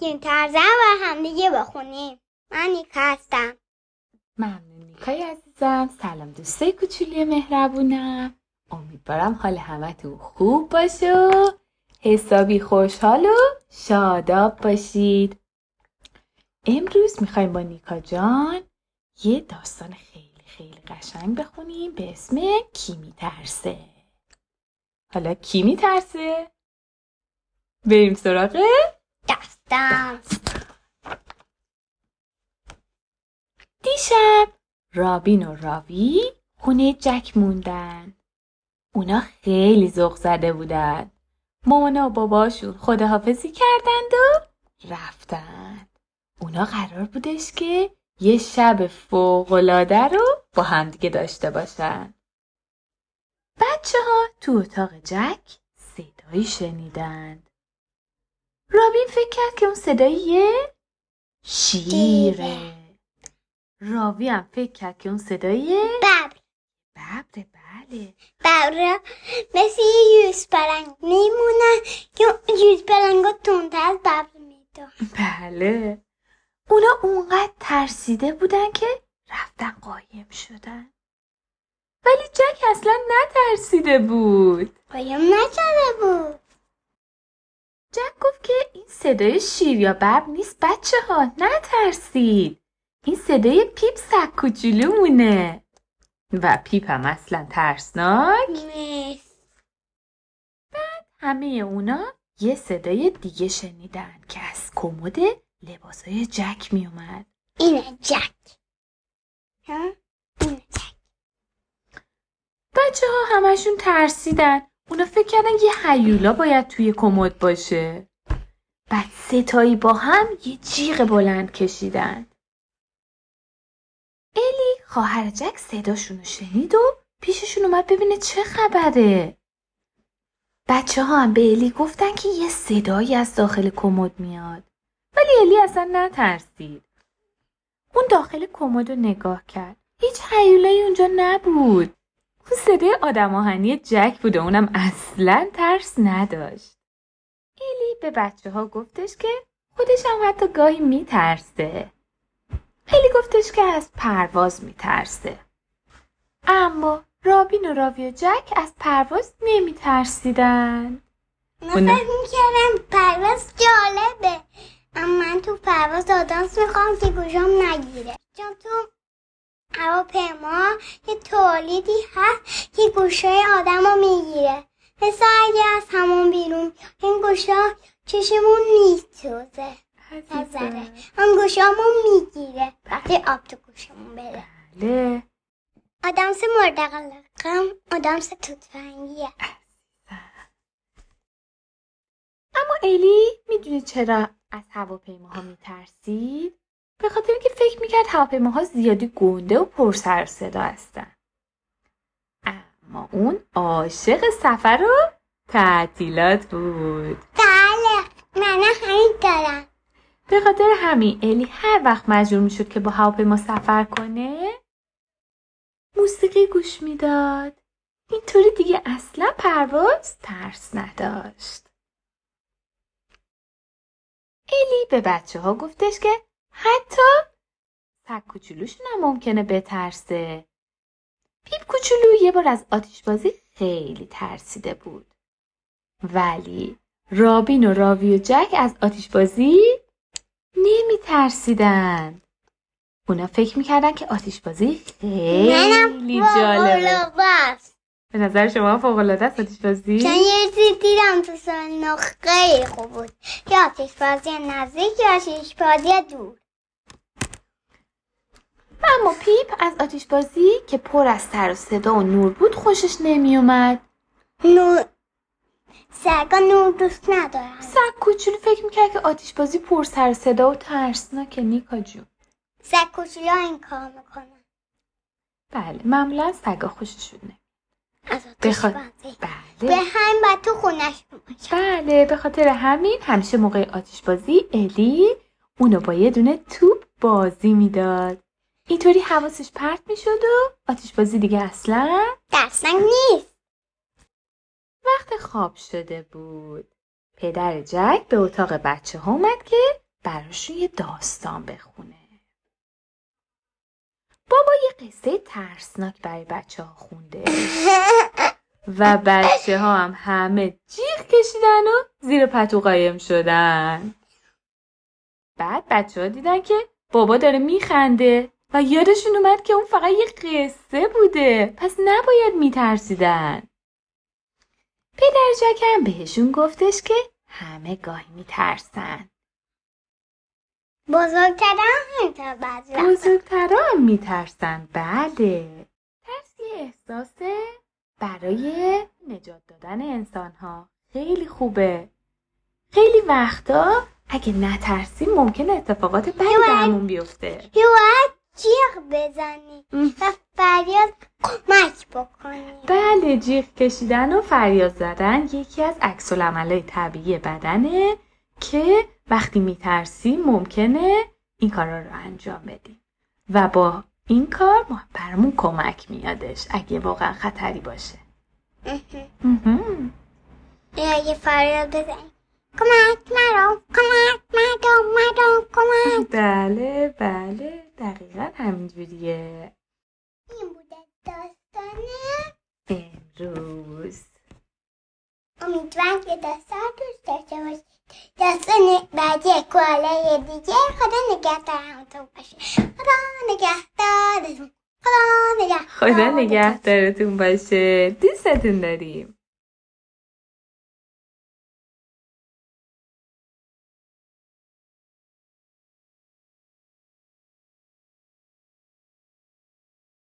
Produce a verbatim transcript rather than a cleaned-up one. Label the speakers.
Speaker 1: که ترزن و هم دیگه بخونیم. من نیکا هستم.
Speaker 2: ممنون نیکای عزیزم. سلام دوستای کوچولی مهربونم. امیدوارم حال همتون خوب باشه و حسابی خوشحال و شاداب باشید. امروز میخوایم با نیکا جان یه داستان خیلی خیلی قشنگ بخونیم به اسم کی میترسه. حالا کی میترسه؟ بریم سراغ
Speaker 1: داستان.
Speaker 2: دیشب رابین و راوی خونه جک موندن. اونا خیلی ذوق زده بودن. مامان و باباشون خداحافظی کردند و رفتند. اونا قرار بودش که یه شب فوق‌العاده رو با هم دیگه داشته باشن. بچه ها تو اتاق جک صدایی شنیدند. رابین فکر کرد که اون صدایی یه شیره. راوی هم فکر کرد که اون صدای
Speaker 1: ببر.
Speaker 2: ببره. بله
Speaker 1: ببر مثل یه یوز پلنگ میمونن که یوز پلنگا تندتر از ببر میدن.
Speaker 2: بله اونا اونقدر ترسیده بودن که رفتن قایم شدن. ولی جک اصلا نترسیده بود.
Speaker 1: قایم نشده بود.
Speaker 2: جک گفت که این صدای شیر یا ببر نیست بچه ها، نترسید. این صدای پیپ سگ کوچولومونه. و پیپ هم اصلا ترسناک
Speaker 1: نیست.
Speaker 2: بعد همه اونا یه صدای دیگه شنیدن که از کمد لباسای جک می اومد.
Speaker 1: اینه جک. ها؟ اینه جک.
Speaker 2: بچه ها همشون ترسیدن. اونا فکر کردن یه هیولا باید توی کمد باشه. بعد ستایی با هم یه جیغ بلند کشیدن. الی خواهر جک صداشونو شنید و پیششون اومد ببینه چه خبره. بچه ها هم به الی گفتن که یه صدایی از داخل کمد میاد. ولی الی اصلا نترسید. اون داخل کمد رو نگاه کرد. هیچ هیولایی اونجا نبود. اون صدای آدم آهنی جک بود و اونم اصلا ترس نداشت. الی به بچه ها گفتش که خودش هم حتی گاهی میترسه. الی گفتش که از پرواز میترسه. اما رابین و راوی و جک از پرواز نمیترسیدن.
Speaker 1: من فکر میکردم پرواز جالبه، اما من تو پرواز آدانس میخوام که گوشام نگیره، چون تو هواپیما یه تولیدی هست که گوشای آدم رو میگیره. مثل اگه از همون بیرون این گوشا چشمون میسوزه نظره، هم گوشامون میگیره وقتی آب تو گوشمون بره.
Speaker 2: بله
Speaker 1: آدمس مردقلقم آدمس توتفنگیه.
Speaker 2: اما الی میدونی چرا از هواپیماها میترسید؟ به خاطر اینکه فکر میکرد هواپیماها زیادی گنده و پر سر و صدا هستن. اما اون عاشق سفر و تعطیلات بود.
Speaker 1: بله من همین دارم.
Speaker 2: به خاطر همین الی هر وقت مجبور میشد که با هواپیما سفر کنه موسیقی گوش میداد. اینطوری دیگه اصلا پرواز ترس نداشت. الی به بچه ها گفتش که حتی سگ کوچولوشون هم ممکنه بترسه. پیپ کوچولو یه بار از آتشبازی خیلی ترسیده بود. ولی رابین و راوی و جک از آتشبازی نمی ترسیدن. اونا فکر میکردن که آتشبازی خیلی جالبه. به نظر شما فوق‌العاده است آتشبازی؟
Speaker 1: چون یه چیزی دیدم تو سالنا خیلی خوب بود، یا آتشبازی نزدیک یا آتشبازی دور.
Speaker 2: اما پیپ از آتشبازی که پر از سر و صدا و نور بود خوشش نمی اومد.
Speaker 1: نور سگا نور دوست ندارم.
Speaker 2: سگ کوچولو فکر میکرد که آتشبازی پر سر و صدا و ترسناکه. نیکا جون
Speaker 1: سگ کوچولو این کار میکنن.
Speaker 2: بله معمولا سگا خوششون نمیاد
Speaker 1: از
Speaker 2: بخ...
Speaker 1: آتشبازی.
Speaker 2: بله
Speaker 1: به همین باید تو خونش باشه.
Speaker 2: بله به خاطر همین همیشه موقع آتشبازی الی اونو با یه دونه توپ بازی میداد. اینطوری حواسش پرت میشد و آتشبازی دیگه اصلا
Speaker 1: ترسناک نیست.
Speaker 2: وقت خواب شده بود. پدر جک به اتاق بچه ها اومد که براشون یه داستان بخونه. بابا یه قصه ترسناک برای بچه ها خونده و بچه ها هم همه جیغ کشیدن و زیر پتو قایم شدن. بعد بچه ها دیدن که بابا داره میخنده و یادشون اومد که اون فقط یه قصه بوده، پس نباید میترسیدن. پدر جکم بهشون گفتش که همه گاهی میترسن.
Speaker 1: بزرگترا هم بعضی وقتا
Speaker 2: بزرگترا هم میترسن. بله، ترس یه احساسه برای نجات دادن انسان ها. خیلی خوبه. خیلی وقتا اگه نترسیم ممکنه اتفاقات بدی برامون بیفته.
Speaker 1: یه وقت جیغ بزنی و فریاد کمک بکنی.
Speaker 2: بله، جیغ کشیدن و فریاد زدن یکی از عکس‌العمل‌های طبیعی بدنه که وقتی میترسیم ممکنه این کارا رو انجام بدیم و با این کار ما برامون کمک میادش اگه واقعا خطری باشه.
Speaker 1: اگه فریاد بزنی کمک مرام، کمک مردم، مردم کمک.
Speaker 2: بله بله، دقیقا همینجوریه.
Speaker 1: این بوده داستان
Speaker 2: امروز.
Speaker 1: امیدوارم که داستان دوست داشته باشید. داستان بعدی کوالای دیگه. خدا نگهدار همتون باشه. خدا نگهدارتون. خدا نگهدار.
Speaker 2: خدا نگهدارتون باشه. دوستتون داریم.